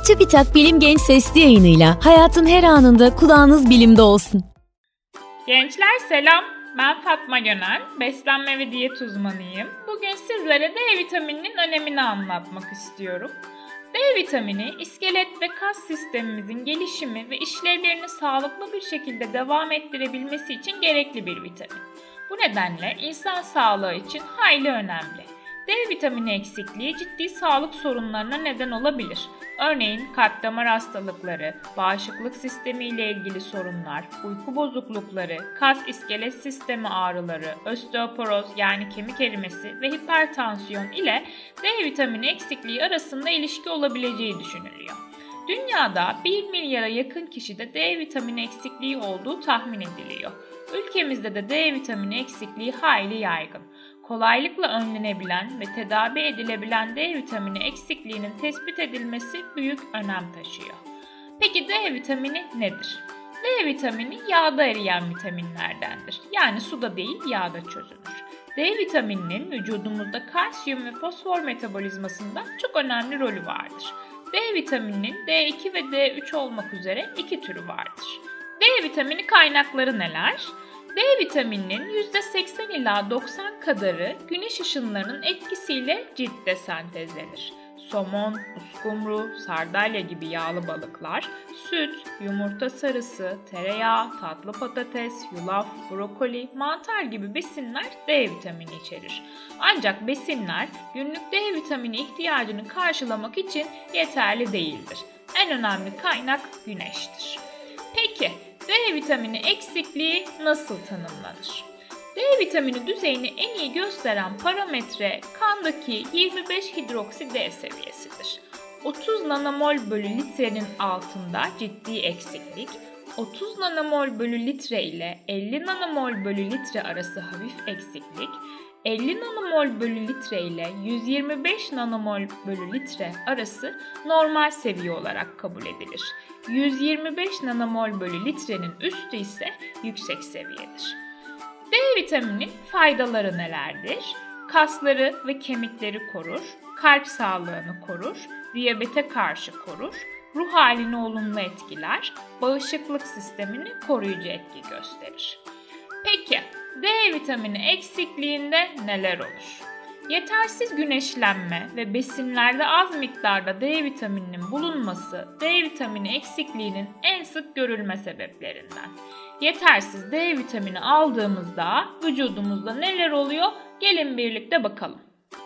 TÜBİTAK Bilim Genç Sesli yayınıyla hayatın her anında kulağınız bilimde olsun. Gençler selam, ben Fatma Gönel, beslenme ve diyet uzmanıyım. Bugün sizlere D vitamininin önemini anlatmak istiyorum. D vitamini, iskelet ve kas sistemimizin gelişimi ve işlevlerini sağlıklı bir şekilde devam ettirebilmesi için gerekli bir vitamin. Bu nedenle insan sağlığı için hayli önemli. D vitamini eksikliği ciddi sağlık sorunlarına neden olabilir. Örneğin kalp damar hastalıkları, bağışıklık sistemi ile ilgili sorunlar, uyku bozuklukları, kas iskelet sistemi ağrıları, osteoporoz yani kemik erimesi ve hipertansiyon ile D vitamini eksikliği arasında ilişki olabileceği düşünülüyor. Dünyada 1 milyara yakın kişide D vitamini eksikliği olduğu tahmin ediliyor. Ülkemizde de D vitamini eksikliği hayli yaygın. Kolaylıkla önlenebilen ve tedavi edilebilen D vitamini eksikliğinin tespit edilmesi büyük önem taşıyor. Peki D vitamini nedir? D vitamini yağda eriyen vitaminlerdendir. Yani suda değil yağda çözünür. D vitamininin vücudumuzda kalsiyum ve fosfor metabolizmasında çok önemli rolü vardır. D vitamininin D2 ve D3 olmak üzere 2 türü vardır. D vitamini kaynakları neler? D vitamininin %80 ila 90 kadarı güneş ışınlarının etkisiyle ciltte sentezlenir. Somon, uskumru, sardalya gibi yağlı balıklar, süt, yumurta sarısı, tereyağı, tatlı patates, yulaf, brokoli, mantar gibi besinler D vitamini içerir. Ancak besinler günlük D vitamini ihtiyacını karşılamak için yeterli değildir. En önemli kaynak güneştir. Peki, D vitamini eksikliği nasıl tanımlanır? D vitamini düzeyini en iyi gösteren parametre kandaki 25 hidroksi D seviyesidir. 30 nanomol bölü litrenin altında ciddi eksiklik, 30 nanomol bölü litre ile 50 nanomol bölü litre arası hafif eksiklik, 50 nanomol bölü litre ile 125 nanomol bölü litre arası normal seviye olarak kabul edilir. 125 nanomol bölü litrenin üstü ise yüksek seviyedir. D vitamini faydaları nelerdir? Kasları ve kemikleri korur, kalp sağlığını korur, diyabete karşı korur, ruh halini olumlu etkiler, bağışıklık sistemini koruyucu etki gösterir. Peki, D vitamini eksikliğinde neler olur? Yetersiz güneşlenme ve besinlerde az miktarda D vitamininin bulunması D vitamini eksikliğinin en sık görülme sebeplerinden. Yetersiz D vitamini aldığımızda vücudumuzda neler oluyor? Gelin birlikte bakalım.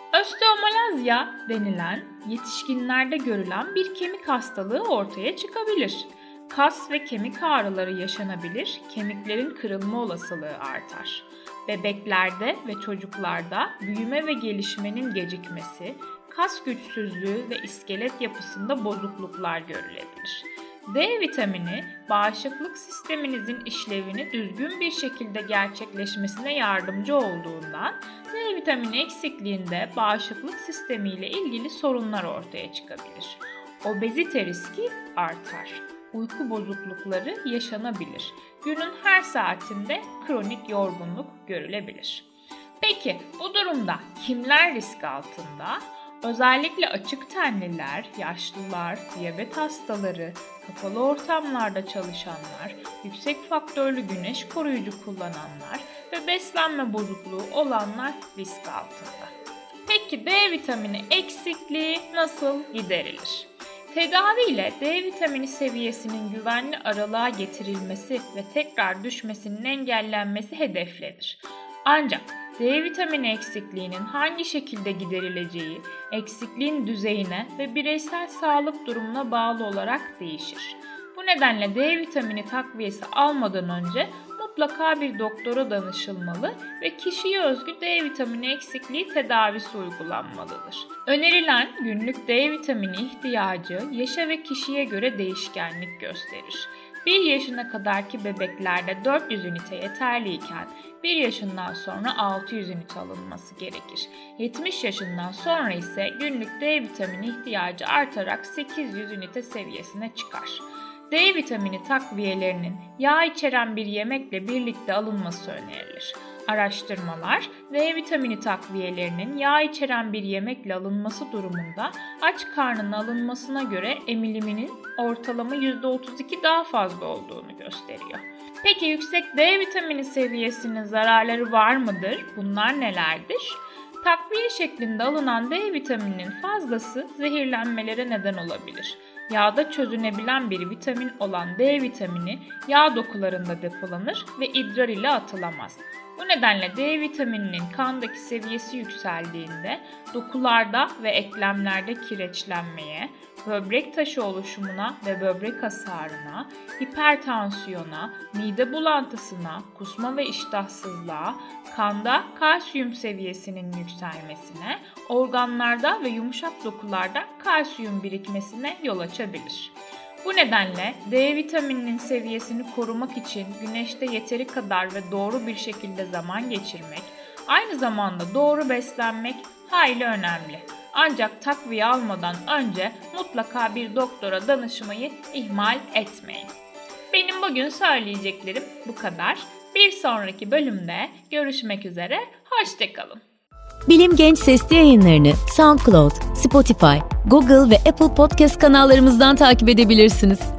Osteomalazya denilen yetişkinlerde görülen bir kemik hastalığı ortaya çıkabilir. Kas ve kemik ağrıları yaşanabilir, kemiklerin kırılma olasılığı artar. Bebeklerde ve çocuklarda büyüme ve gelişmenin gecikmesi, kas güçsüzlüğü ve iskelet yapısında bozukluklar görülebilir. D vitamini, bağışıklık sisteminizin işlevini düzgün bir şekilde gerçekleşmesine yardımcı olduğundan D vitamini eksikliğinde bağışıklık sistemiyle ilgili sorunlar ortaya çıkabilir. Obezite riski artar. Uyku bozuklukları yaşanabilir. Günün her saatinde kronik yorgunluk görülebilir. Peki bu durumda kimler risk altında? Özellikle açık tenliler, yaşlılar, diyabet hastaları, kapalı ortamlarda çalışanlar, yüksek faktörlü güneş koruyucu kullananlar ve beslenme bozukluğu olanlar risk altında. Peki D vitamini eksikliği nasıl giderilir? Tedavi ile D vitamini seviyesinin güvenli aralığa getirilmesi ve tekrar düşmesinin engellenmesi hedeflenir. Ancak D vitamini eksikliğinin hangi şekilde giderileceği, eksikliğin düzeyine ve bireysel sağlık durumuna bağlı olarak değişir. Bu nedenle D vitamini takviyesi almadan önce mutlaka bir doktora danışılmalı ve kişiye özgü D vitamini eksikliği tedavisi uygulanmalıdır. Önerilen günlük D vitamini ihtiyacı yaşa ve kişiye göre değişkenlik gösterir. 1 yaşına kadarki bebeklerde 400 ünite yeterliyken 1 yaşından sonra 600 ünite alınması gerekir. 70 yaşından sonra ise günlük D vitamini ihtiyacı artarak 800 ünite seviyesine çıkar. D vitamini takviyelerinin yağ içeren bir yemekle birlikte alınması önerilir. Araştırmalar, D vitamini takviyelerinin yağ içeren bir yemekle alınması durumunda aç karnına alınmasına göre emiliminin ortalama %32 daha fazla olduğunu gösteriyor. Peki yüksek D vitamini seviyesinin zararları var mıdır? Bunlar nelerdir? Takviye şeklinde alınan D vitamininin fazlası zehirlenmelere neden olabilir. Yağda çözünebilen bir vitamin olan D vitamini yağ dokularında depolanır ve idrar ile atılamaz. Bu nedenle D vitamininin kandaki seviyesi yükseldiğinde dokularda ve eklemlerde kireçlenmeye, böbrek taşı oluşumuna ve böbrek hasarına, hipertansiyona, mide bulantısına, kusma ve iştahsızlığa, kanda kalsiyum seviyesinin yükselmesine, organlarda ve yumuşak dokularda kalsiyum birikmesine yol açabilir. Bu nedenle D vitamininin seviyesini korumak için güneşte yeteri kadar ve doğru bir şekilde zaman geçirmek, aynı zamanda doğru beslenmek hayli önemli. Ancak takviye almadan önce mutlaka bir doktora danışmayı ihmal etmeyin. Benim bugün söyleyeceklerim bu kadar. Bir sonraki bölümde görüşmek üzere, hoşça kalın. Bilim Genç Sesli yayınlarını SoundCloud, Spotify, Google ve Apple Podcast kanallarımızdan takip edebilirsiniz.